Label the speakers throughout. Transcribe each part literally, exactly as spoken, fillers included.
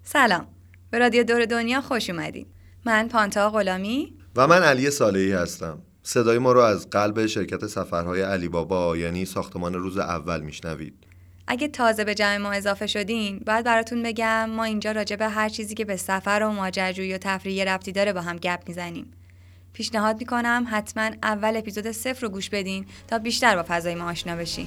Speaker 1: سلام، به رادیو دور دنیا خوش اومدین. من پانتا غلامی
Speaker 2: و من علی صالحی هستم. صدای ما رو از قلب شرکت سفرهای علی بابا یعنی ساختمان روز اول میشنوید.
Speaker 1: اگه تازه به جمع ما اضافه شدین، باید براتون بگم ما اینجا راجع به هر چیزی که به سفر و ماجراجویی و تفریح ربطی داره با هم گپ میزنیم. پیشنهاد میکنم حتما اول اپیزود صفر رو گوش بدین تا بیشتر با فضای ما آشنا بشین.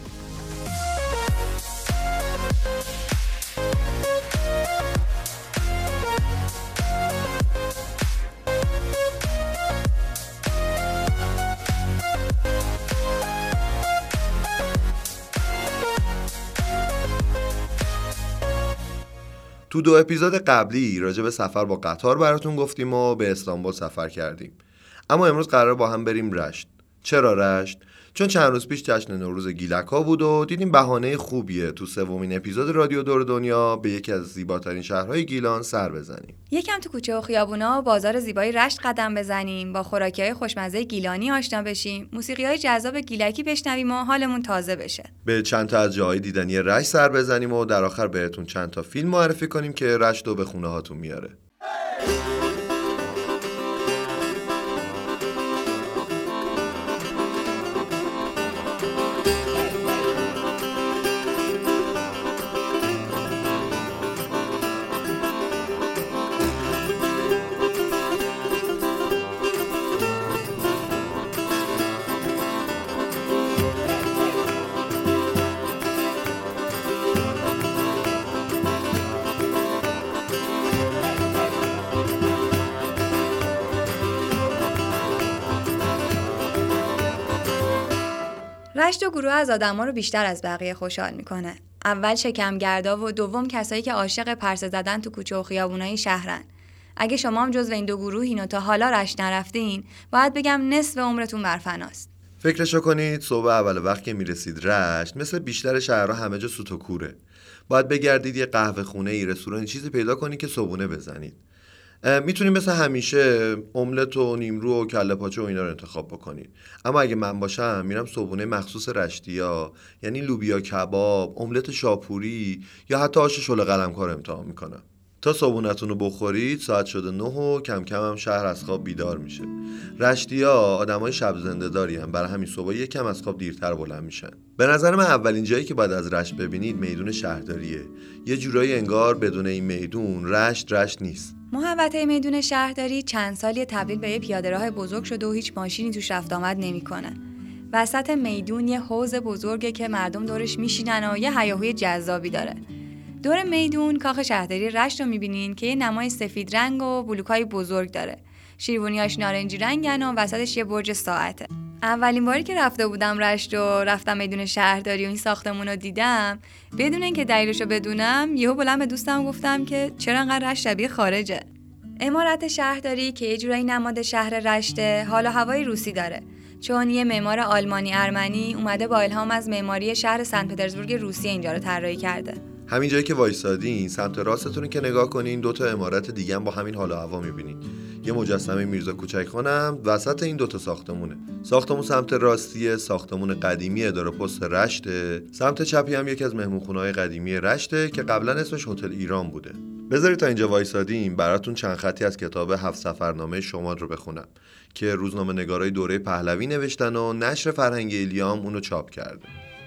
Speaker 2: تو دو اپیزود قبلی راجع به سفر با قطار براتون گفتیم و به استانبول سفر کردیم. اما امروز قرار با هم بریم رشت. چرا رشت؟ چون چند روز پیش جشن نوروز گیلک‌ها بود و دیدیم بهانه خوبیه تو سومین اپیزود رادیو دور دنیا به یکی از زیباترین شهرهای گیلان سر بزنیم.
Speaker 1: یکم تو کوچه و خیابونا و بازار زیبای رشت قدم بزنیم، با خوراکی‌های خوشمزه گیلانی آشنا بشیم، موسیقی‌های جذاب گیلکی بشنویم و حالمون تازه بشه.
Speaker 2: به چند تا از جاهای دیدنی رشت سر بزنیم و در آخر بهتون چند تا فیلم معرفی کنیم که رشت رو به خونه هاتون میاره.
Speaker 1: رشت و گروه از آدما رو بیشتر از بقیه خوشحال میکنه. اول شکمگردا و دوم کسایی که عاشق پرسه زدن تو کوچه و خیابونای شهرن. اگه شما هم جزو این دو گروهین و تا حالا رشت نرفتین، باید بگم نصف عمرتون بر فناست.
Speaker 2: فکرشو کنید صبح اول وقت که میرسید رشت، مثل بیشتر شهرها همه جا سوت و کوره. باید بگردید یه قهوه خونه ای، رستوران، چیزی پیدا کنید که صبحونه بزنید. میتونید مثل همیشه املت و نیمرو و کله پاچه و اینا رو انتخاب بکنید. اما اگه من باشم میرم صبحونه مخصوص رشتیا، یعنی لوبیا کباب، املت شاپوری یا حتی آش شل قلمکار امتحان میکنم. تا صبحونتون رو بخورید ساعت شده نه و کم کم هم شهر از خواب بیدار میشه. رشتیا آدمای شب زنده داری هم، برای همین صبح یکم از خواب دیرتر بلند میشن. به نظر من اولین جایی که باید از رشت ببینید میدون شهرداریه. یه جورایی انگار بدون این میدون رشت رشت نیست.
Speaker 1: محوطه میدون شهرداری چند سالی تبدیل به یه پیاده‌راه بزرگ شده و هیچ ماشینی توش رفت آمد نمی‌کنه. وسط میدون یه حوض بزرگه که مردم دورش میشینن و یه هیاهوی جذابی داره. دور میدون کاخ شهرداری رشت رو می‌بینین که یه نمای سفید رنگ و بلوک‌های بزرگ داره. شیروانیاش نارنجی رنگن و وسطش یه برج ساعته. اولین باری که رفته بودم رشت و رفتم میدون شهرداری و این ساختمون رو دیدم، بدون اینکه دلیلشو بدونم یهو بلند به دوستم گفتم که چرا انقدر رشت شبیه خارجه. عمارت شهرداری که یه جورایی نماد شهر رشته، حال و هوای روسی داره، چون یه معمار آلمانی ارمنی اومده با الهام از معماری شهر سن پترزبورگ روسیه اینجا رو طراحی کرده.
Speaker 2: همین جایی که وایسادین سمت راستتون که نگاه کنین دو تا عمارت دیگه هم با همین حال و هوا می‌بینید. یه مجسمه میرزا کوچک‌خان هم وسط این دوتا ساختمونه. ساختمون سمت راستیه ساختمون قدیمی اداره پست رشته، سمت چپی هم یکی از مهمونخونه‌های قدیمی رشته که قبلا اسمش هتل ایران بوده. بذارید تا اینجا وایسادیم براتون چند خطی از کتاب هفت سفرنامه شمال رو بخونم که روزنامه‌نگارای دوره پهلوی نوشتن و نشر فرهنگ ایلیام اونو چاپ کرده.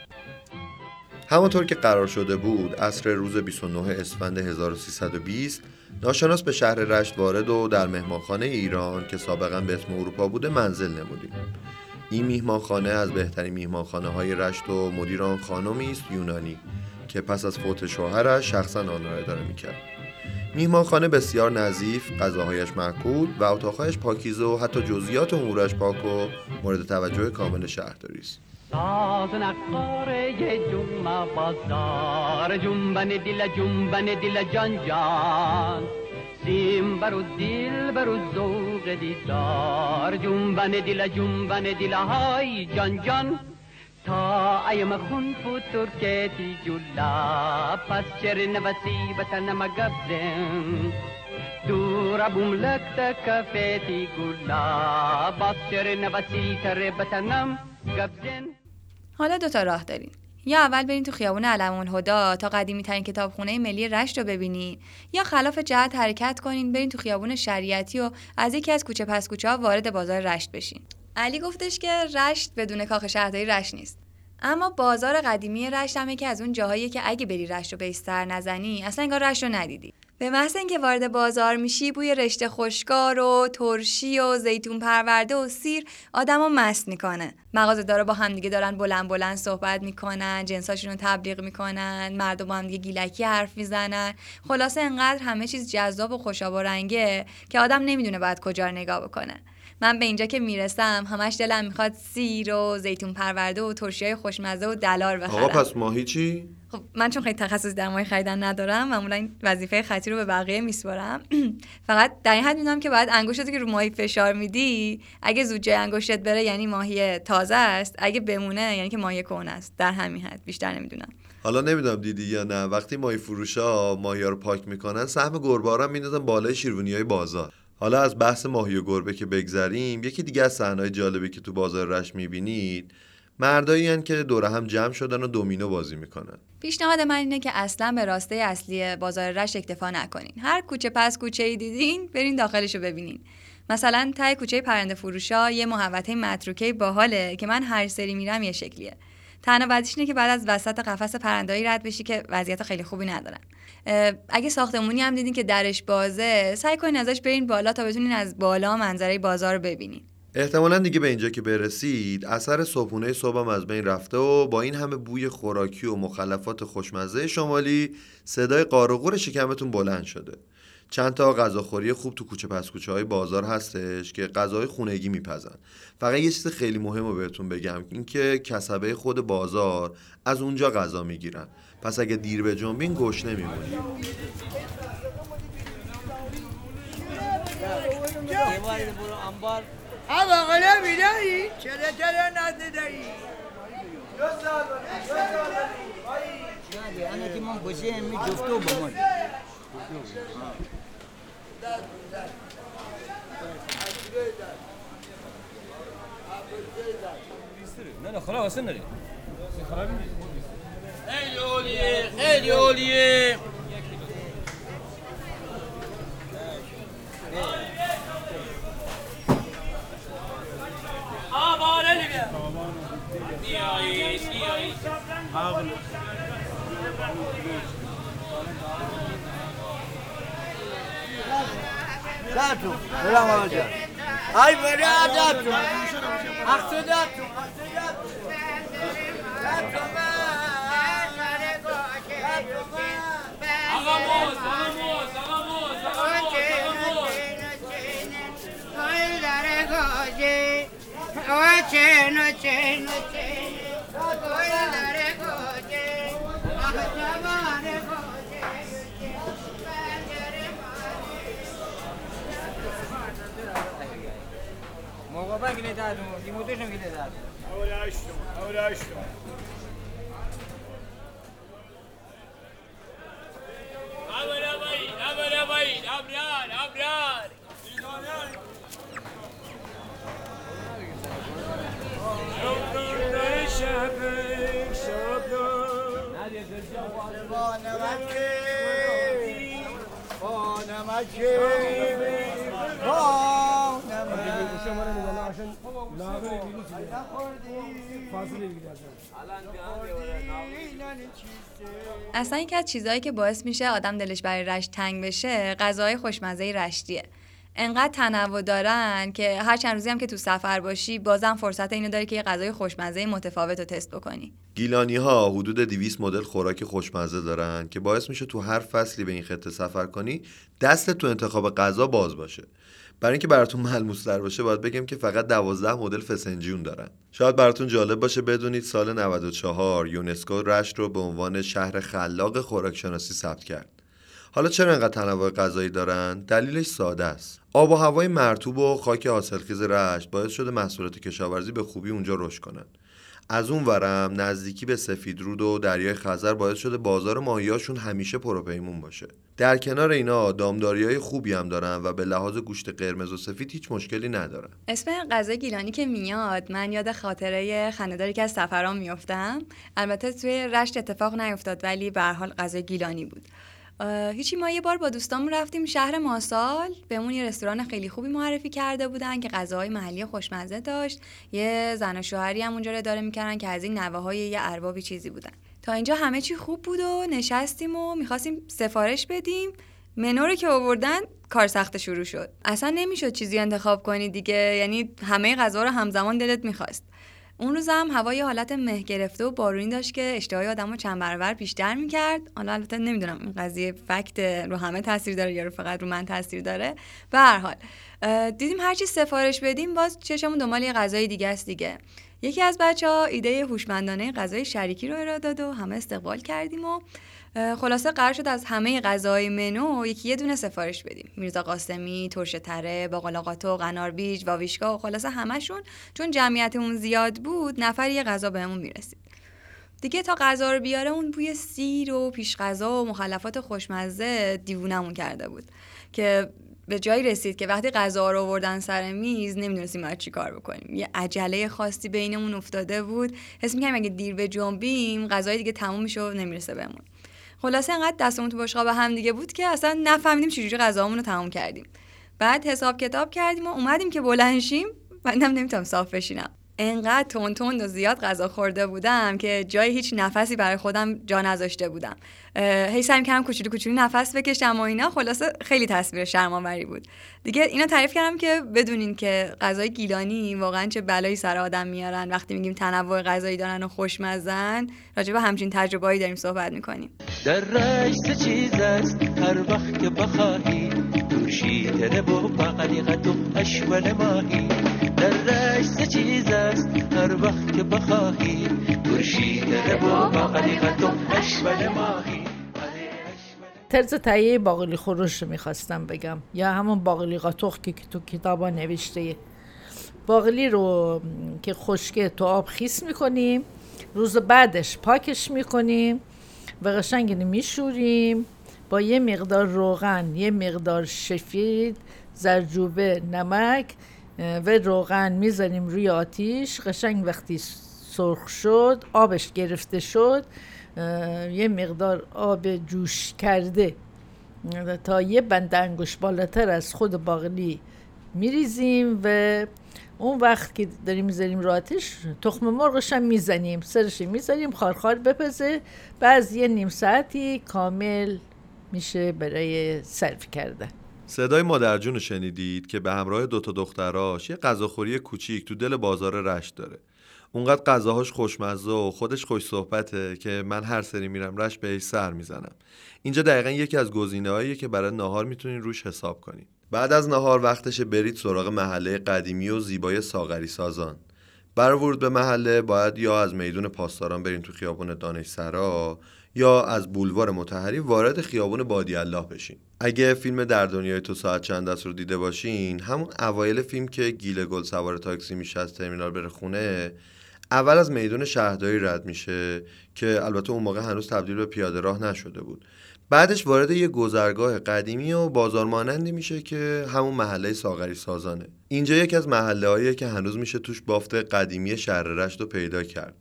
Speaker 2: همونطور که قرار شده بود عصر روز بیست و نه اسفند هزار و سیصد و بیست ناشناس به شهر رشت وارد و در مهمانخانه ایران که سابقا به اسم اروپا بوده منزل نمودیم. این میهمانخانه از بهترین میهمانخانه‌های رشت و مدیر آن خانمی است یونانی که پس از فوت شوهرش شخصا آن را اداره می‌کرد. میهمانخانه بسیار نظیف، غذاهایش معقول و اتاق‌هایش پاکیزه و حتی جزئیات امورش پاک و مورد توجه کامل شهرداری است.
Speaker 3: ساز نقاره جمعه بازار جنبن دل جنبن دل جان جان سیم برو دل برو ذوق دیدار جنبن دل جنبن دل های جان جان تا ایم خون فتور کتی جلا پس چر نوسی بتنم گبزم دور بوم لکت کفتی گلا پس چر نوسی تر بتنم گبزن.
Speaker 1: حالا دوتا راه دارین. یا اول برین تو خیابون علم‌الهدی تا قدیمی ترین کتابخونه ملی رشت رو ببینین، یا خلاف جهت حرکت کنین برین تو خیابون شریعتی و از یکی از کوچه پس کوچه‌ها وارد بازار رشت بشین. علی گفتش که رشت بدون کاخ شهرداری رشت نیست. اما بازار قدیمی رشت هم یکی از اون جاهاییه که اگه بری رشت رو بیستر نزنی اصلا انگار رشت رو ندیدی. به محض اینکه وارد بازار میشی بوی رشته خشکار و ترشی و زیتون پرورده و سیر آدمو مست میکنه. مغازه‌دارا با همدیگه دارن بلند بلند صحبت میکنن، جنساشون رو تبلیغ میکنن، مردم با همدیگه گیلکی حرف میزنن. خلاصه انقدر همه چیز جذاب و خوشاب و رنگه که آدم نمیدونه باید کجا رو نگاه بکنه. من به اینجا که میرسم همش دلم میخواد سیر و زیتون پرورده و ترشیای خوشمزه و دلار بخرم.
Speaker 2: آقا پس ماهی چی؟
Speaker 1: خب من چون خیلی تخصص در ماهی خریدن ندارم معمولا این وظیفه خطی رو به بقیه میسپارم. فقط در این حد میدونم که باید انگشتت که رو ماهی فشار میدی اگه زود جای انگشتت بره یعنی ماهی تازه است، اگه بمونه یعنی که ماهی کهنه است. در همین حد، بیشتر نمیدونم.
Speaker 2: حالا نمیدونم دیدی یا نه، وقتی ماهی فروشا ماهی‌ها رو پاک میکنن سهم گربه‌ها رو میندازن بالای شیروانی‌های بازار. حالا از بحث ماهی و گربه که بگذریم، یکی دیگه از صحنه‌های جالبی که تو بازار رشت میبینید مردایی هستن که دور هم جمع شدن و دومینو بازی میکنن.
Speaker 1: پیشنهاد من اینه که اصلا به راسته اصلی بازار رشت اکتفا نکنین. هر کوچه پس کوچه‌ای دیدین برین داخلش رو ببینین. مثلا ته کوچه پرنده فروشا یه محوطه متروکه باحاله که من هر سری میرم یه شکلیه. تنها بعدش اینه که بعد از وسط قفس پرنده‌ای رد بشی که وضعیت خیلی خوبی ندارن. اگه ساختمونی هم دیدین که درش بازه سعی کنین ازش برین بالا تا بتونین از بالا منظره بازار رو ببینین.
Speaker 2: احتمالاً دیگه به اینجا که برسید اثر صبحونه صبحم از بین رفته و با این همه بوی خوراکی و مخلفات خوشمزه شمالی صدای قارقور شکمتون بلند شده. چند تا غذاخوری خوب تو کوچه پس کوچه های بازار هستش که غذای خونگی میپزن. فقط یه چیز خیلی مهم رو بهتون بگم، این که کسبه خود بازار از اونجا غذا میگیرن، پس اگه دیر به جنبین گوش نمیمونید.
Speaker 4: آقا قلم میدهی؟ چرا چرا ندهی؟ نه انا که من بشه همی جفتو بمون
Speaker 5: نه نه خلاص اصلا نری خیلی عالیه خیلی عالیه. آبان علی بیا بیایی بیایی آقل
Speaker 4: داتو سلام آقا ای برا داتو اخت داتو
Speaker 5: آقا موز آقا موز آقا موز آقا موز
Speaker 6: چنو چنو چنو داره گوجه آخه
Speaker 4: موقع بگیره دادو دیموتشون گیره دادو
Speaker 7: اولا اشتم اولا اشتم
Speaker 5: اولا باید اولا باید ابرار ابرار
Speaker 1: اصلا یکی از چیزهایی که باعث میشه آدم دلش برای رشت تنگ بشه غذاهای خوشمزه رشتیه. انقدر تنوع دارن که هر چند روزی هم که تو سفر باشی بازم فرصت اینو داری که یه غذای خوشمزه متفاوت رو تست بکنی.
Speaker 2: گیلانی ها حدود دویست مدل خوراک خوشمزه دارن که باعث میشه تو هر فصلی به این خطه سفر کنی دست تو انتخاب غذا باز باشه. برای اینکه براتون ملموس‌تر باشه باید بگم که فقط دوازده مدل فسنجون دارن. شاید براتون جالب باشه بدونید سال نود و چهار یونسکو رشت رو به عنوان شهر خلاق خوراکشناسی ثبت کرد. حالا چرا اینقدر تنوع غذایی دارن؟ دلیلش ساده است. آب و هوای مرطوب و خاک حاصلخیز رشت باعث شده محصولات کشاورزی به خوبی اونجا رشد کنن. از اون ورم نزدیکی به سفیدرود و دریای خزر باعث شده بازار ماهیاشون همیشه پروپیمون باشه. در کنار اینا دامداریای خوبی هم دارن و به لحاظ گوشت قرمز و سفید هیچ مشکلی ندارن.
Speaker 1: اسم غذای گیلانی که میاد من یاد خاطره خنده‌داری که از سفرام میافتم. البته توی رشت اتفاق نیفتاد ولی به هر حال غذای گیلانی بود. هیچی ما یه بار با دوستامون رفتیم شهر ماسال، بهمون یه رستوران خیلی خوبی معرفی کرده بودن که غذاهای محلی خوشمزه داشت. یه زن و شوهری هم اونجا رو اداره میکردن که از این نوه‌های یه اربابی چیزی بودن. تا اینجا همه چی خوب بود و نشستیم و میخواستیم سفارش بدیم. منو رو که آوردن کار سخت شروع شد. اصلا نمیشد چیزی انتخاب کنی دیگه، یعنی همه غذا رو همزمان دلت میخواست. اون روز هم هوا یه حالت مه گرفته و بارونی داشت که اشتهای آدمو چند برابر بیشتر میکرد. حالا البته نمیدونم این قضیه فکت رو همه تاثیر داره یا رو فقط رو من تاثیر داره. به هر حال دیدیم هر چی سفارش بدیم باز چشمون دنبال یه غذای دیگه است دیگه. یکی از بچه‌ها ایده هوشمندانه غذای شریکی رو ارائه داد و همه استقبال کردیم و خلاصه قرار شد از همه غذاهای منو یکی یه دونه سفارش بدیم. میرزا قاسمی، ترش تره، باقلاقاتو، قناربیج، واویشکا و خلاصه همشون چون جمعیتمون زیاد بود نفر یه غذا بهمون میرسید. دیگه تا غذا رو بیاره اون بوی سیر و پیش غذا و مخلفات خوشمزه دیوونمون کرده بود که به جایی رسید که وقتی غذا رو آوردن سر میز نمیدونستیم باید چی کار بکنیم. یه عجله خاصی بینمون افتاده بود، حس می‌کردیم اگه دیر بجنبیم غذای دیگه تموم میشه و نمیرسه بهمون. خلاصه انقدر دستمون تو بشقاب هم دیگه بود که اصلا نفهمیدیم چجوری غذامون رو تموم کردیم. بعد حساب کتاب کردیم و اومدیم که بلند شیم، منم نمیتونم صاف بشینم. انقدر تون تون و زیاد غذا خورده بودم که جای هیچ نفسی برای خودم جا نذاشته بودم. هی سعی می‌کردم کوچولو کوچولو نفس بکشم و اینا. خلاصه خیلی تصویر شرم‌آوری بود. دیگه اینا تعریف کردم که بدونین که غذای گیلانی واقعا چه بلایی سر آدم میارن. وقتی میگیم تنوع غذایی دارن و خوشمزن، راجع به همچین تجربه‌ای داریم صحبت می‌کنیم.
Speaker 8: در رشت سه چیز است هر وقت که بخواهی، دوشیدن و بقلیقت و اشول ماهی. در رشت سه چیز است هر وقت که بخواهی، دوشیدن و بقلیقت و اشول ماهی.
Speaker 9: طرز تهیه باقلی خورش رو میخواستم بگم، یا همون باقلی قاتوق که تو کتابا نوشته. باقلی رو که خشکه تو آب خیس میکنیم، روز بعدش پاکش میکنیم و قشنگ میشوریم با یه مقدار روغن، یه مقدار شفید، زرجوبه، نمک و روغن میذاریم روی آتیش. قشنگ وقتی سرخ شد، آبش گرفته شد، یه مقدار آب جوش کرده تا یه بند انگشت بالاتر از خود باقلی میریزیم و اون وقت که داریم میذاریم رو آتیش تخم مرغش هم میزنیم، سرش میذاریم خارخار بپزه. بعد یه نیم ساعتی کامل میشه برای سرو کردن.
Speaker 2: صدای مادرجون رو شنیدید که به همراه دوتا دختراش یه غذاخوری کوچیک تو دل بازار رشت داره. اونقدر غذاهاش خوشمزه و خودش خوش صحبته که من هر سری میرم رشت بهش سر میزنم. اینجا دقیقاً یکی از گزینه‌هاییه که برای ناهار میتونین روش حساب کنین. بعد از ناهار وقتشه برید سراغ محله قدیمی و زیبای ساغری سازان. برای ورود به محله باید یا از میدون پاسداران برین تو خیابون دانشسرا یا از بولوار مطهری وارد خیابون بادی الله بشین. اگه فیلم در دنیای تو ساعت چند است رو دیده باشین، همون اوایل فیلم که گیل گل سوار تاکسی میشه از ترمینال بره خونه، اول از میدون شهرداری رد میشه که البته اون موقع هنوز تبدیل به پیاده راه نشده بود. بعدش وارد یه گذرگاه قدیمی و بازار مانندی میشه که همون محله ساغری سازانه. اینجا یکی از محله‌هاییه که هنوز میشه توش بافت قدیمی شهر رشت رو پیدا کرد.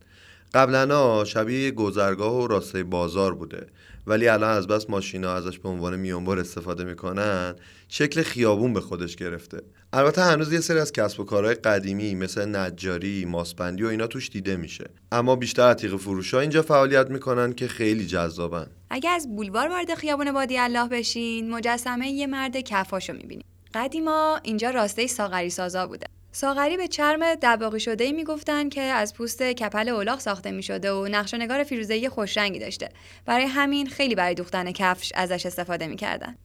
Speaker 2: قبلا شبیه یه گذرگاه و راستای بازار بوده، ولی الان از بس ماشینا ازش به عنوان میانبر استفاده میکنن شکل خیابون به خودش گرفته. البته هنوز یه سری از کسب و کارهای قدیمی مثل نجاری، ماسبندی و اینا توش دیده میشه، اما بیشتر عتیقه فروشا اینجا فعالیت میکنن که خیلی جذابن.
Speaker 1: اگه از بولوار وارد خیابون بادی الله بشین، مجسمه یه مرد کفاشو میبینید. قدیما اینجا راسته ساغری سازا بوده. ساغری به چرم دباغی شده‌ای میگفتن که از پوست کپل الاغ ساخته میشده و نقش و نگار فیروزه‌ای خوش رنگی داشته. برای همین خیلی برای دوختن کفش ازش استفاده میکردن.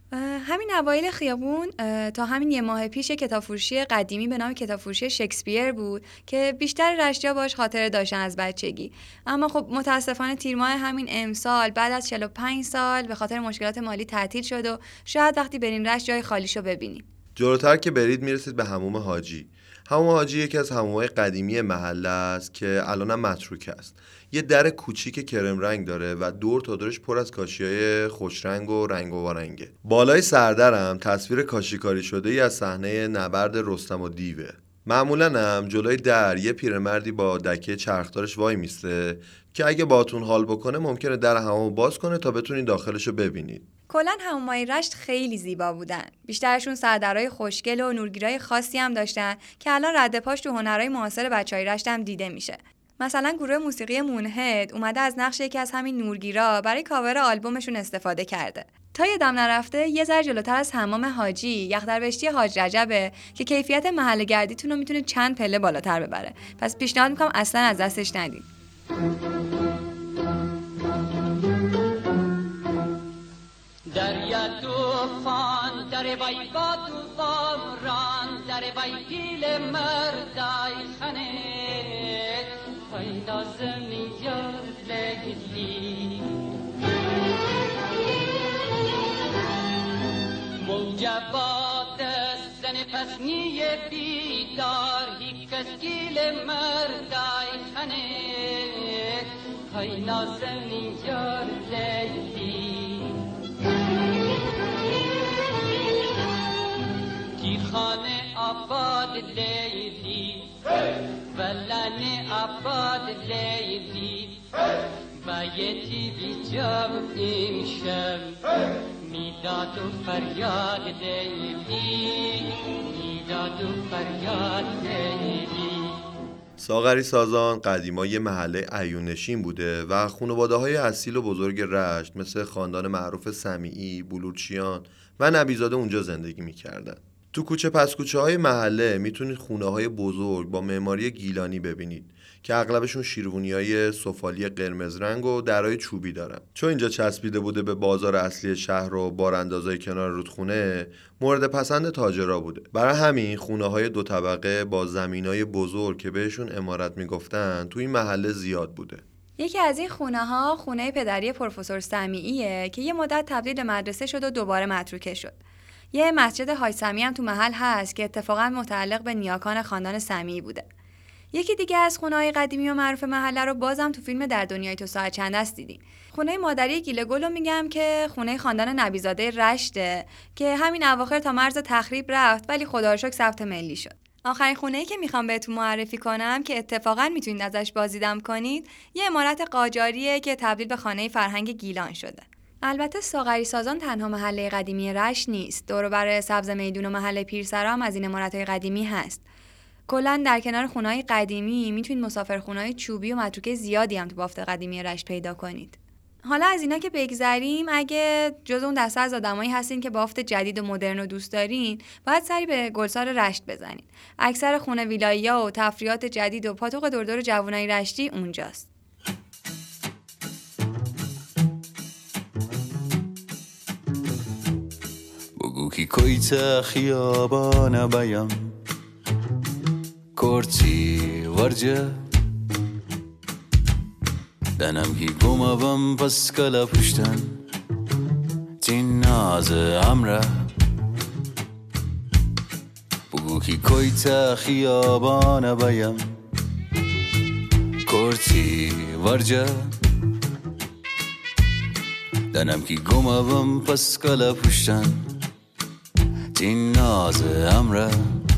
Speaker 1: همین اوایل خیابون تا همین یه ماه پیش کتابفروشی قدیمی به نام کتابفروشی شکسپیر بود که بیشتر رشتیا باش خاطره داشتن از بچگی. اما خب متاسفانه تیر ماه همین امسال بعد از چهل و پنج سال به خاطر مشکلات مالی تعطیل شد و شاید وقتی برین رشت جای خالیشو ببینیم.
Speaker 2: جلوتر که برید میرسید به حموم حاجی. حموم حاجی یکی از حموم‌های قدیمی محله است که الانم متروک است. یه در کوچیک کرم رنگ داره و دور تا دورش پر از کاشی‌های خوش رنگ و رنگ و وارنگه. بالای سردرم تصویر کاشیکاری شده ای از صحنه نبرد رستم و دیوه. معمولاً هم جلوی در یه پیرمردی با دکه چرخدارش وای میسته که اگه باتون حال بکنه ممکنه در حموم باز کنه تا بتونین داخلشو ببینید.
Speaker 1: کلاً حمومای رشت خیلی زیبا بودن. بیشترشون سردرهای خوشگل و نورگیرای خاصی هم داشتن که الان رد پاش تو هنرهای معاصر بچهای رشت هم دیده میشه. مثلا گروه موسیقی مونهد اومده از نقش یکی از همین نورگیرا برای کاور آلبومشون استفاده کرده. تا یادم نرفته یه ذره جلوتر از حمام حاجی یخدربهشتی حاج رجبه که کیفیت محل گردیتون رو میتونه چند پله بالاتر ببره. پس پیشنهاد میکنم اصلا از دستش ندید.
Speaker 3: دریا توفان در بای با توفان ران در بای گیل مردای خانه های نازمی یاد لیلی موجبات زن پسنی بیدار هیک از گیل مردای خانه های نازمی یاد لیلی خانه آباد لیلی ولن آباد لیلی بایتی بی جام امشب میداد و فریاد لیلی میداد و فریاد لیلی.
Speaker 2: ساغری سازان قدیما یه محله عیونشین بوده و خانواده‌های اصیل و بزرگ رشت مثل خاندان معروف سمیعی، بلوچیان و نبیزاده اونجا زندگی می‌کردن. تو کوچه پس کوچه های محله میتونید خونه های بزرگ با معماری گیلانی ببینید که اغلبشون شیروانی های سفالی قرمز رنگ و درای چوبی دارن. چون اینجا چسبیده بوده به بازار اصلی شهر و باراندازای کنار رودخونه، مورد پسند تاجرها بوده. برای همین خونه های دو طبقه با زمینای بزرگ که بهشون عمارت میگفتن تو این محله زیاد بوده.
Speaker 1: یکی از این خونه ها خونه پدری پروفسور سمیعیه که یه مدت تبدیل به مدرسه شد و دوباره متروکه شد. یه مسجد حاج سمیع هم تو محل هست که اتفاقا متعلق به نیاکان خاندان سمیعی بوده. یکی دیگه از خونه‌های قدیمی و معروف محله رو بازم تو فیلم در دنیای تو ساعت چند است دیدین. خونه مادری گیل گل رو میگم که خونه خاندان نبیزاده رشته که همین اواخر تا مرز تخریب رفت ولی خدا رو شکر ثبت ملی شد. آخرین خونه‌ای که میخوام بهتون معرفی کنم که اتفاقا میتونید ازش بازدیدم کنید، یه عمارت قاجاریه که تبدیل به خانه فرهنگ گیلان شده. البته ساغری سازان تنها محله قدیمی رشت نیست. دور و بر سبز میدون و محله پیرسرا هم از این عمارت‌های قدیمی هست. کلاً در کنار خونه‌های قدیمی میتونید مسافرخونه‌های چوبی و متروکه زیادی هم تو بافت قدیمی رشت پیدا کنید. حالا از اینا که بگذریم، اگه جز اون دسته از آدمایی هستین که بافت جدید و مدرن رو دوست دارین، باید سری به گلسار رشت بزنین. اکثر خونه ویلایی‌ها و تفریحات جدید و پاتوق دور دور جوونای رشتی اونجاست.
Speaker 10: بگو کی کویت خیابان بیام کرتی ورجه دنم کی گمابم پس کلا پشتن تین ناز امره بگو کی کویت خیابان بیام کرتی ورجه دنم کی گمابم پس کلا پشتن این ناز امره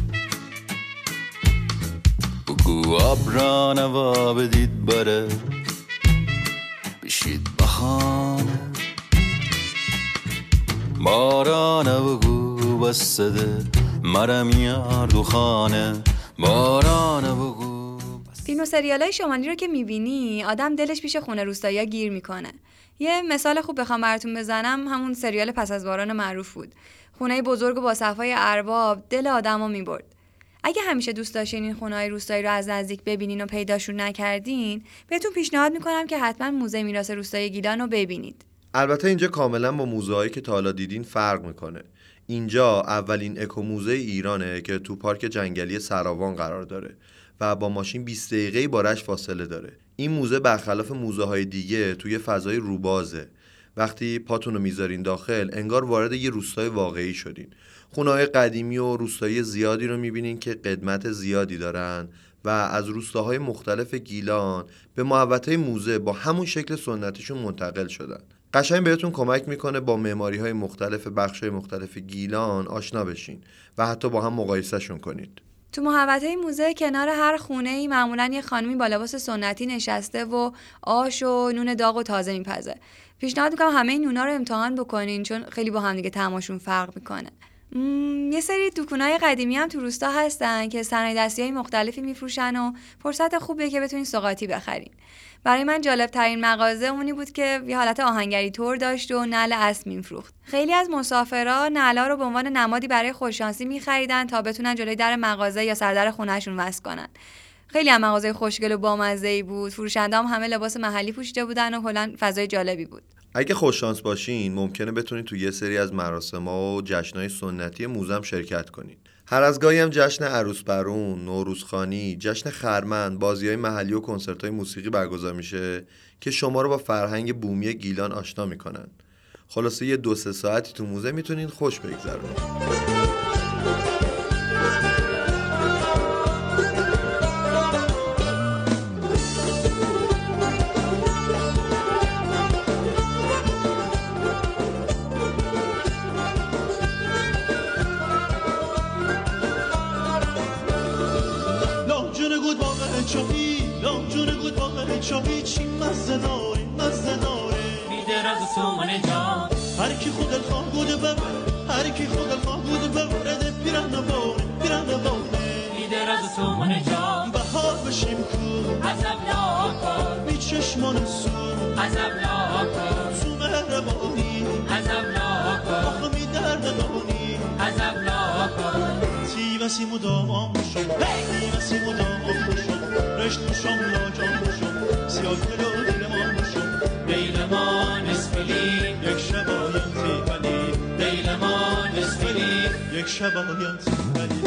Speaker 10: بگو ابران و بدید بره بشید بخانه بارانه بگو بسده مرم یار دو خانه بارانه بگو.
Speaker 1: فیلم و سریالای شمالی رو که میبینی آدم دلش پیش خونه روستایی‌ها گیر میکنه. یه مثال خوب بخوام براتون بزنم همون سریال پس از باران معروف بود. خونه بزرگ و با صفای ارباب دل آدمو میبرد. اگه همیشه دوست داشتین این خونه‌های روستایی رو از نزدیک ببینین و پیداشون نکردین، بهتون پیشنهاد میکنم که حتما موزه میراث روستایی گیلان رو ببینید.
Speaker 2: البته اینجا کاملا با موزه‌هایی که تا حالا دیدین فرق میکنه. اینجا اولین اکوموزه ایرانه که تو پارک جنگلی سراوان قرار داره و با ماشین بیست دقیقه‌ای با رشت فاصله داره. این موزه برخلاف موزه‌های دیگه توی فضای روبازه وقتی پاتون رو میذارین داخل انگار وارد یه روستای واقعی شدین. خونه‌های قدیمی و روستایی زیادی رو میبینین که قدمت زیادی دارن و از روستاهای مختلف گیلان به محوطه موزه با همون شکل سنتیشون منتقل شدن. قشنگ بهتون کمک میکنه با معماری‌های مختلف بخش‌های مختلف گیلان آشنا بشین و حتی با هم مقایسه‌شون کنید.
Speaker 1: تو محوطه موزه کنار هر خونه‌ای معمولاً یه خانمی با لباس سنتی نشسته و آش و نون داغ و تازه میپزه. پیشنهاد میکنم همه این نونا رو امتحان بکنین چون خیلی با هم دیگه طعمشون فرق میکنه. یه سری دکونای قدیمی هم تو روستا هستن که صنایع دستی‌های مختلفی میفروشن و فرصت خوبیه که بتونین سوغاتی بخرین. برای من جالب ترین مغازه اونی بود که یه حالت آهنگری طور داشت و نعل اسب میفروخت. خیلی از مسافرا نعلا رو به عنوان نمادی برای خوششانسی میخریدن تا بتونن جلوی در مغازه یا سردر خونهشون وصل کنن. خیلی هم مغازه خوشگل و بامزه‌ای بود. فروشنده‌ها هم همه لباس محلی پوشیده بودن و کلاً فضای جالبی بود.
Speaker 2: اگه خوششانس باشین ممکنه بتونید تو یه سری از مراسم‌ها و جشن‌های سنتی موزه شرکت کنین. هر از گاهی هم جشن عروس برون، نوروزخوانی، جشن خرمن، بازی‌های محلی و کنسرت‌های موسیقی برگزار میشه که شما رو با فرهنگ بومی گیلان آشنا میکنن. خلاصه یه دو سه ساعتی تو موزه میتونین خوش بگذرونید.
Speaker 11: هر کی خود الخواه بوده ببره هر کی خود الخواه بوده ببره ده پیرن نباره پیرن نباره میده راز تو من جان بهار بشیم کو عذاب لاکن بی چشمان سو عذاب لاکن تو مهربانی عذاب لاکن آخه می درد دانی عذاب لاکن تی وسی مدام شم تی وسی مدام شم رشت شم لاجان شم سیاه کلو دیلمان شم دیلمان اسفلی یک شبایم تیفلی دیلمان اسفلی یک شبایم تیفلی.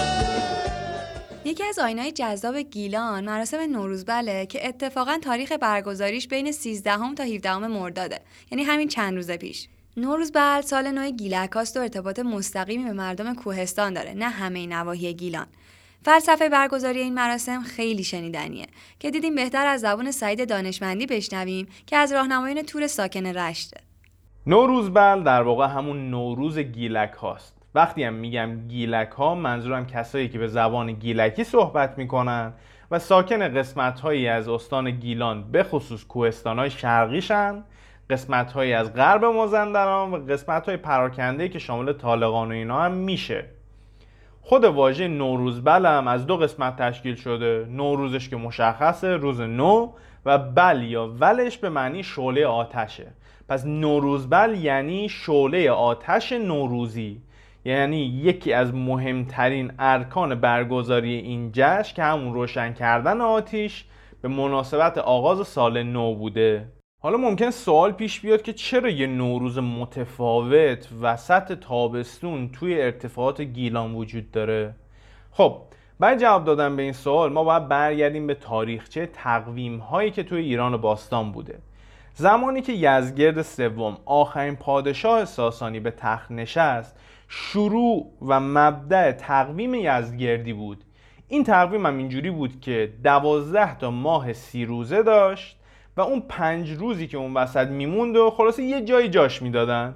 Speaker 1: یکی از آیین‌های جذاب گیلان مراسم نوروزبله که اتفاقاً تاریخ برگزاریش بین سیزدهم تا هفدهم مرداده، یعنی همین چند روز پیش. نوروزبل سال نو گیلکاست و ارتباط مستقیمی به مردم کوهستان داره، نه همه نواحی گیلان. فلسفه برگزاری این مراسم خیلی شنیدنیه که دیدیم بهتر از زبون سعید دانشمندی بشنویم که از راهنمایان تور ساکن رشته.
Speaker 12: نوروزبل در واقع همون نوروز گیلک هاست. وقتی هم میگم گیلک ها منظورم کسایی که به زبان گیلکی صحبت میکنن و ساکن قسمت هایی از استان گیلان به خصوص کوهستان های شرقیشن، قسمت هایی از غرب مازندران و قسمت های پراکنده که شامل طالقان و اینا هم میشه. خود واژه نوروزبل هم از دو قسمت تشکیل شده. نوروزش که مشخصه، روز نو، و بل یا ولش به معنی شعله آتشه. پس نوروزبل یعنی شعله آتش نوروزی، یعنی یکی از مهمترین ارکان برگزاری این جشن که همون روشن کردن آتش به مناسبت آغاز سال نو بوده. حالا ممکن سوال پیش بیاد که چرا یه نوروز متفاوت وسط تابستون توی ارتفاعات گیلان وجود داره؟ خب برای جواب دادن به این سوال ما باید برگردیم به تاریخچه تقویم هایی که توی ایران باستان بوده. زمانی که یزدگرد سوم آخرین پادشاه ساسانی به تخت نشست، شروع و مبدأ تقویم یزدگردی بود. این تقویم هم اینجوری بود که دوازده تا ماه سی روزه داشت و اون پنج روزی که اون وسط میموند و خلاصه یه جایی جاش میدادن.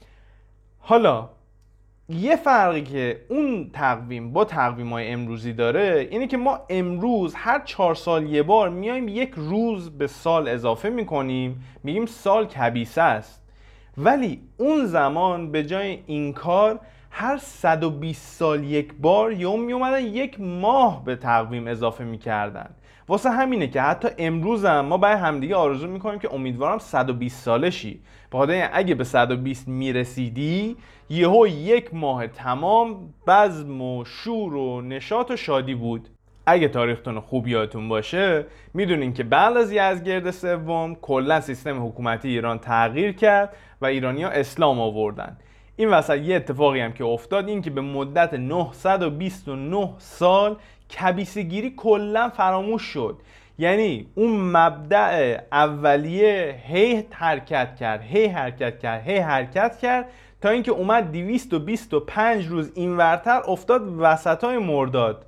Speaker 12: حالا یه فرقی که اون تقویم با تقویم‌های امروزی داره اینه که ما امروز هر چهار سال یه بار میایم یک روز به سال اضافه میکنیم، میگیم سال کبیسه است. ولی اون زمان به جای این کار هر صد و بیست سال یک بار یوم می اومدن یک ماه به تقویم اضافه میکردن. واسه همینه که حتی امروز هم ما برای همدیگه آرزو میکنیم که امیدوارم صد و بیست ساله شی. بخاطر اگه به صد و بیست میرسیدی یهو یک ماه تمام بزم و شور و نشاط و شادی بود. اگه تاریختون خوب یادتون باشه میدونین که بعد از یزدگرد سوم کلا سیستم حکومتی ایران تغییر کرد و ایرانی‌ها اسلام آوردن. این وسط یه اتفاقی هم که افتاد این که به مدت نهصد و بیست و نه سال کبیسه‌گیری کلا فراموش شد. یعنی اون مبدأ اولیه هی حرکت کرد هی حرکت کرد هی حرکت کرد تا اینکه اومد دویست و بیست و پنج روز اینورتر افتاد وسطای مرداد.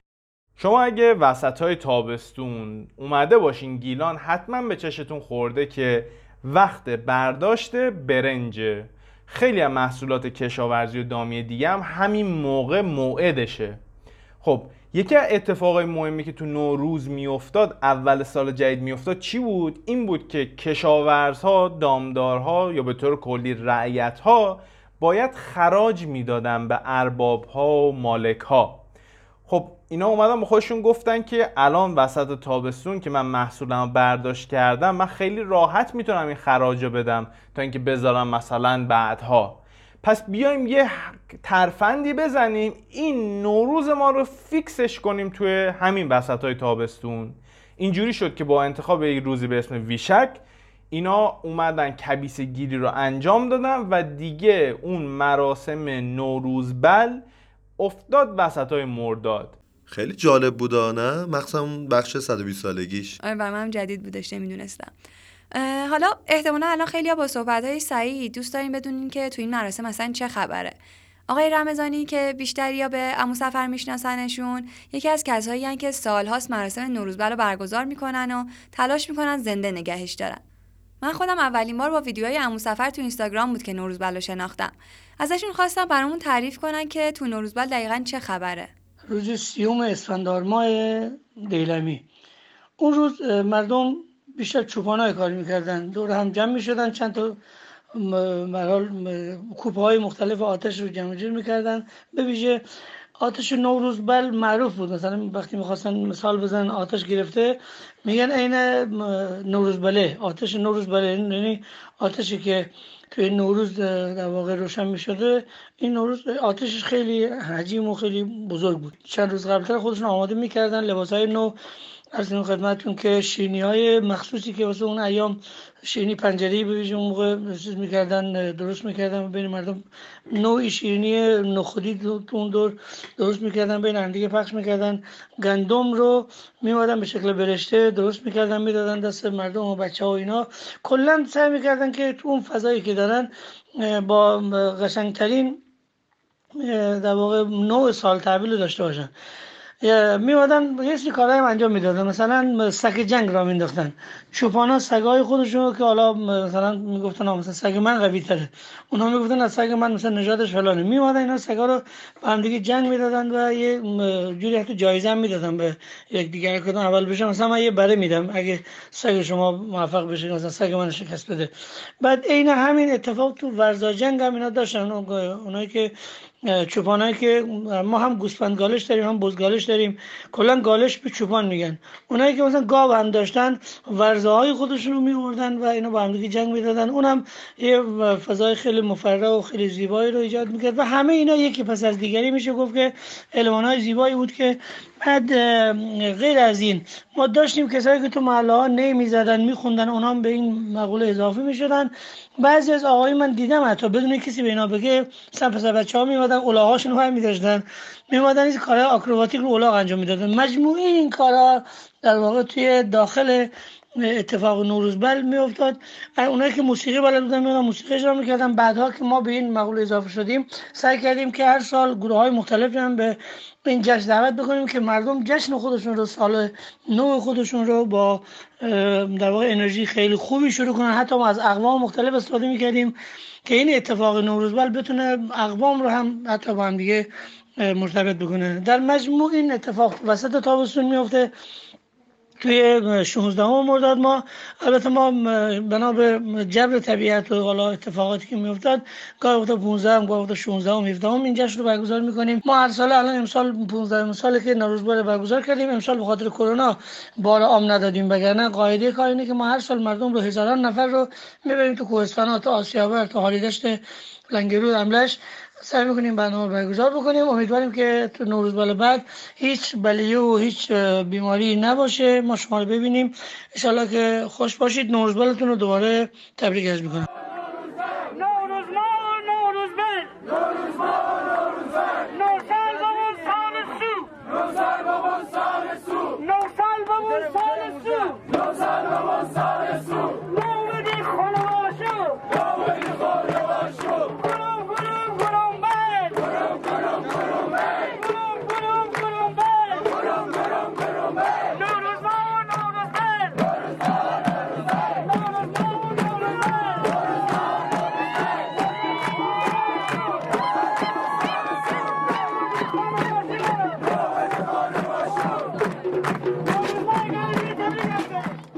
Speaker 12: شما اگه وسطای تابستون اومده باشین گیلان، حتما به چشتون خورده که وقت برداشت برنجه. خیلی از محصولات کشاورزی و دامی دیگه هم همین موقع موعدشه. خب یکی از اتفاقای مهمی که تو نوروز میافتاد، اول سال جدید میافتاد، چی بود؟ این بود که کشاورزها، دامدارها یا به طور کلی رعیتها باید خراج میدادن به اربابها و مالکها. خب اینا اومدن به خودشون گفتن که الان وسط تابستون که من محصولمو برداشت کردم، من خیلی راحت میتونم این خراجو بدم تا اینکه بذارم مثلا بعدها. پس بیایم یه ترفندی بزنیم، این نوروز ما رو فیکسش کنیم توی همین وسطای تابستون. اینجوری شد که با انتخاب یک روزی به اسم ویشک اینا اومدن کبیس گیری رو انجام دادن و دیگه اون مراسم نوروزبل افتاد وسطای مرداد.
Speaker 2: خیلی جالب بود نه؟ مخصوصا اون بخش صد و بیست سالگیش.
Speaker 1: آره برای من جدید بودش، نمیدونستم. حالا احتمالا الان خیلی ها با صحبت‌های سعید دوست دارین بدونین که تو این مراسم مثلا چه خبره. آقای رمضانی که بیشتریا به عمو سفر میشناسنشون، یکی از کسایی هستن که سالهاست مراسم نوروزبل رو برگزار میکنن و تلاش میکنن زنده نگهش دارن. من خودم اولین بار با ویدیوهای عمو سفر تو اینستاگرام بود که نوروزبل رو شناختم. ازشون خواستم برامون تعریف کنن که تو نوروزبل دقیقاً چه خبره.
Speaker 13: روز سیوم اسفندار ماه دیلمی، اون روز مردم بیشتر چوپانای کار میکردن، دور هم جمع میشدن، چند تا مرحال کوپه های مختلف آتش رو جمع جور میکردن. به ویژه آتش نوروزبل معروف بود، مثلا وقتی میخواستن مثال بزنن آتش گرفته میگن عین نوروزبله، آتش نوروزبله، یعنی آتشی که توی نوروز در واقع روشن میشده. این نوروز آتشش خیلی حجیم و خیلی بزرگ بود. چند روز قبلتر خودشون آماده میکردن، لباسهای نو. عرض می‌کنم خدمتتون که شیرینی های مخصوصی که واسه اون ایام شیرینی پنجره‌ای به ویژه اون موقع چیز می‌کردن، درست می‌کردن بین مردم، نوعی شیرینی نخودی تو اون دور درست می‌کردن، بین هم دیگه پخش می‌کردن. گندم رو می‌آوردن به شکل برشته درست می‌کردن، میدادن دست مردم و بچه‌ها و اینا. کلاً سعی می‌کردن که تو اون فضایی که دارن با قشنگترین در واقع نوع سال تحویل داشته باشن. میوادن یه سری کارهایی انجام میدادن، مثلا سگ جنگ را مینداختن. چوپانا سگای خودشون که حالا مثلا میگفتن مثلا سگ من قوی تره، اونها میگفتن از سگ من مثلا نژادش فلانه. میوادن اینا سگا رو با هم دیگه جنگ میدادن و یه جوری حتی جایزه هم میدادن به یک دیگر کدوم اول بشه. مثلا من یه بره میدم اگه سگ شما موفق بشه مثلا سگ من شکست بده. بعد عین همین اتفاق تو ورزا جنگ هم اینا داشتن. اونایی که چوپانایی که ما هم گوسفند گالش داریم هم بز گالش داریم، کلا گالش به چوپان میگن. اونایی که مثلا گاو هم داشتن ورزه‌های خودشون رو می‌آوردن و اینا با هم دیگه جنگ می‌دادن. اونم یه فضای خیلی مفرح و خیلی زیبایی رو ایجاد می‌کرد و همه اینا یکی پس از دیگری میشه گفت که المان‌های زیبایی بود. که بعد غیر از این ما داشتیم کسایی که تو محله‌ها نی می‌زدن می‌خوندن، اونها هم به این مقوله اضافه می‌شدن. بعضی از آقای من دیدم حتی بدون کسی به اینا بگه مثلا پسر بچه‌ها میومدن الاغاشون رو هم می‌داشتن، میومدن این کارهای آکروباتیک رو الاغ انجام میدادن. مجموعه این کارها در واقع توی داخل اتفاق نوروزبل میافتاد. اونایی که موسیقی بلد بودن میومدن موسیقی اجرا میکردن. بعدها که ما به این مقوله اضافه شدیم سعی کردیم که هر سال گروه‌های مختلفی هم به این جشن دعوت بکنیم که مردم جشن خودشون رو، سال نو خودشون رو با در واقع انرژی خیلی خوبی شروع کنن. حتی ما از اقوام مختلف استفاده میکردیم که این اتفاق نوروزبل بتونه اقوام رو هم حتی با هم دیگه مرتبط بکنه. در مجموع این اتفاق وسط تابستون میفته توی شانزدهم مرداد ما. البته ما بنا به جبر طبیعت و حالا اتفاقاتی که میافتاد گاهی وقتا پانزدهم گاهی وقتا شانزدهم هفدهم این جشن رو برگزار میکنیم. ما هر سال الان امسال پانزدهم ساله که نوروزبل برگزار کردیم. امسال به خاطر کرونا بار عام ندادیم، وگرنه قاعده کار اینه که ما هر سال مردم رو هزاران نفر رو میبریم تو کوهستانات، تا آسیابر، تا هالیدشت لنگرود، املش، سعی میکنیم برنامه برگزار بکنیم. امیدواریم که تو نوروزبل بعد هیچ بلیه و هیچ بیماری نباشه، ما شما رو ببینیم. ان شاءالله که خوش باشید. نوروزبلتون رو دوباره تبریک عرض میکنم.
Speaker 5: نو سال بابون سال سو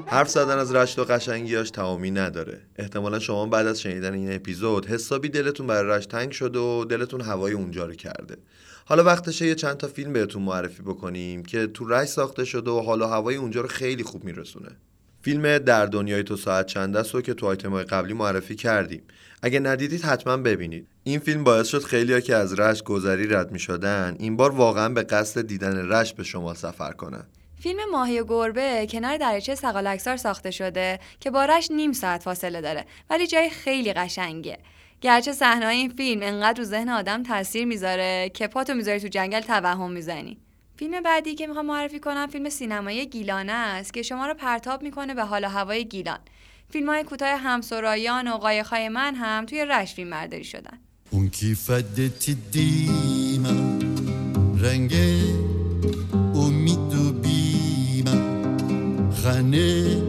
Speaker 2: حرف زدن از رشت و قشنگیاش تمامی نداره. احتمالا شما بعد از شنیدن این اپیزود حسابی دلتون برای رشت تنگ شده و دلتون هوای اونجا رو کرده. حالا وقتشه یه چند تا فیلم بهتون معرفی بکنیم که تو رشت ساخته شده و حالا هوای اونجا رو خیلی خوب میرسونه. فیلم در دنیای تو ساعت چند است رو که تو آیتم‌های قبلی معرفی کردیم. اگه ندیدید حتما ببینید. این فیلم باعث شد خیلیا که از رشت گذری رد می‌شدن این بار واقعا به قصد دیدن رشت به شمال سفر کنن.
Speaker 1: فیلم ماهی و گربه کنار دریاچه سقالکسار ساخته شده که با رشت نیم ساعت فاصله داره، ولی جای خیلی قشنگه. گرچه صحنه‌های این فیلم انقدر رو ذهن آدم تاثیر میذاره که پاتو میذاری تو جنگل توهم میزنی. فیلم بعدی که میخوام معرفی کنم فیلم سینمایی گیلان است که شما رو پرتاب میکنه به حال و هوای گیلان. فیلم‌های کوتاه همسرایان و قایق‌های من هم توی رشت فیلم برداری شدن.
Speaker 11: اون کیفدتی دیما رنگ امید و بیما خانه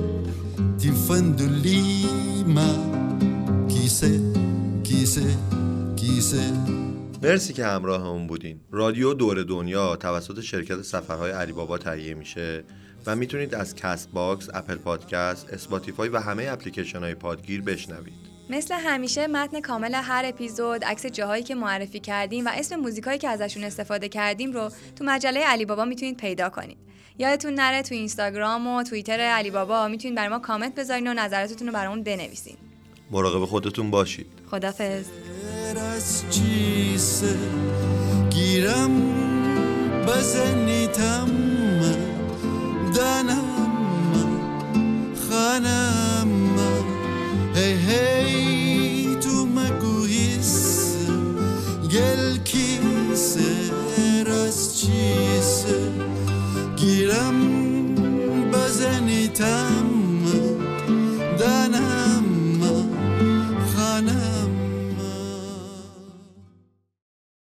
Speaker 11: تیفندولیما کیسه کیسه کیسه.
Speaker 2: مرسی که همراه همون بودین. رادیو دور دنیا توسط شرکت سفرهای علی بابا تهیه میشه و میتونید از کست باکس، اپل پادکست، اسپاتیفای و همه اپلیکیشن های پادگیر بشنوید.
Speaker 1: مثل همیشه متن کامل هر اپیزود، عکس جاهایی که معرفی کردیم و اسم موزیکایی که ازشون استفاده کردیم رو تو مجله علی بابا میتونید پیدا کنید. یادتون نره تو اینستاگرام و توییتر علی بابا میتونید برای ما کامنت بذارین و نظراتتون رو برامون بنویسین.
Speaker 2: مراقب خودتون باشید.
Speaker 1: خدافظ.
Speaker 11: از چیسه گیرم بزنیتم دانم خانم هی هی تو مگویس گل کیسه از چیسه گیرم بزنیتم